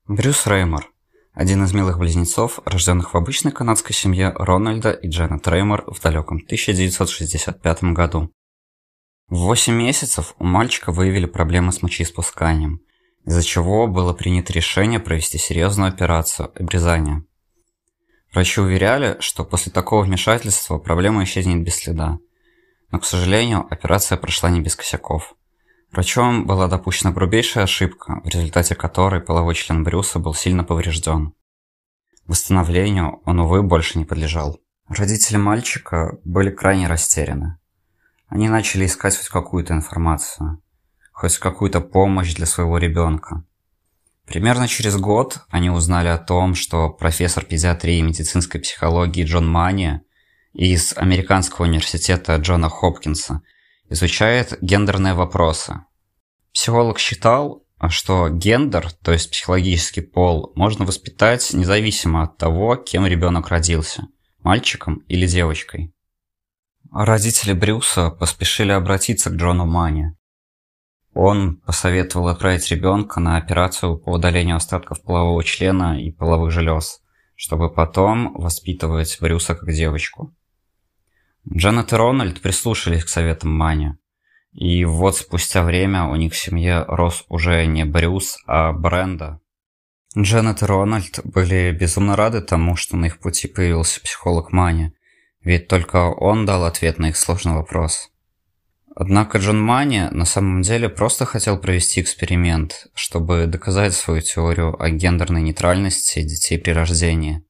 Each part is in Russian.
Брюс Реймор – один из милых близнецов, рожденных в обычной канадской семье Рональда и Дженнет Реймор в далеком 1965 году. В 8 месяцев у мальчика выявили проблемы с мочеиспусканием, из-за чего было принято решение провести серьезную операцию – обрезание. Врачи уверяли, что после такого вмешательства проблема исчезнет без следа. Но, к сожалению, операция прошла не без косяков. Врачом была допущена грубейшая ошибка, в результате которой половой член Брюса был сильно поврежден. Восстановлению он, увы, больше не подлежал. Родители мальчика были крайне растеряны. Они начали искать хоть какую-то информацию, хоть какую-то помощь для своего ребенка. Примерно через год они узнали о том, что профессор педиатрии и медицинской психологии Джон Мани из Американского университета Джона Хопкинса изучает гендерные вопросы. Психолог считал, что гендер, то есть психологический пол, можно воспитать независимо от того, кем ребенок родился – мальчиком или девочкой. Родители Брюса поспешили обратиться к Джону Мани. Он посоветовал отправить ребенка на операцию по удалению остатков полового члена и половых желез, чтобы потом воспитывать Брюса как девочку. Дженнет и Рональд прислушались к советам Мани. И вот спустя время у них в семье рос уже не Брюс, а Бренда. Дженнет и Рональд были безумно рады тому, что на их пути появился психолог Мани, ведь только он дал ответ на их сложный вопрос. Однако Джон Мани на самом деле просто хотел провести эксперимент, чтобы доказать свою теорию о гендерной нейтральности детей при рождении.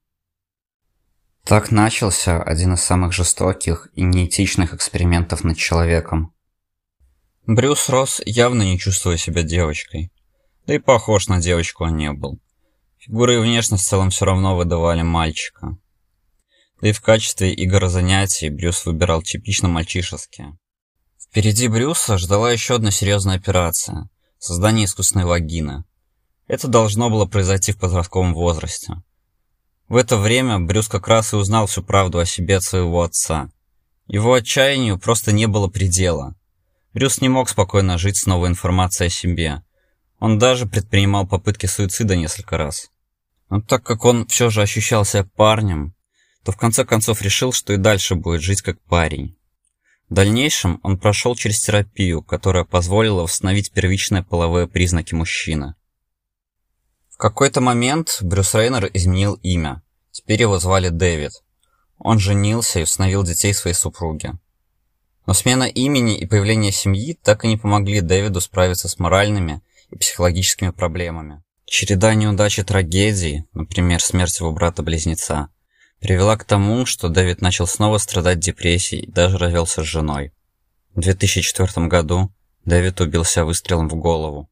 Так начался один из самых жестоких и неэтичных экспериментов над человеком. Брюс рос, явно не чувствуя себя девочкой. Да и похож на девочку он не был. Фигура и внешность в целом все равно выдавали мальчика. Да и в качестве игрозанятий Брюс выбирал типично мальчишеские. Впереди Брюса ждала еще одна серьезная операция – создание искусственной вагины. Это должно было произойти в подростковом возрасте. В это время Брюс как раз и узнал всю правду о себе от своего отца. Его отчаянию просто не было предела. Брюс не мог спокойно жить с новой информацией о себе. Он даже предпринимал попытки суицида несколько раз. Но так как он все же ощущал себя парнем, то в конце концов решил, что и дальше будет жить как парень. В дальнейшем он прошел через терапию, которая позволила восстановить первичные половые признаки мужчины. В какой-то момент Брюс Реймор изменил имя. Теперь его звали Дэвид. Он женился и установил детей своей супруге. Но смена имени и появление семьи так и не помогли Дэвиду справиться с моральными и психологическими проблемами. Череда неудач и трагедий, например, смерть его брата-близнеца, привела к тому, что Дэвид начал снова страдать депрессией и даже развелся с женой. В 2004 году Дэвид убил себя выстрелом в голову.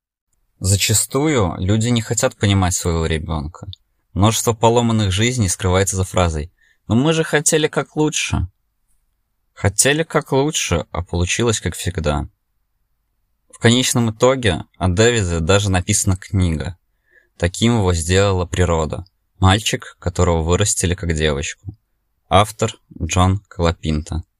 Зачастую люди не хотят понимать своего ребенка. Множество поломанных жизней скрывается за фразой «Но мы же хотели как лучше». Хотели как лучше, а получилось как всегда. В конечном итоге о Дэвиде даже написана книга. Таким его сделала природа. Мальчик, которого вырастили как девочку. Автор Джон Колопинто.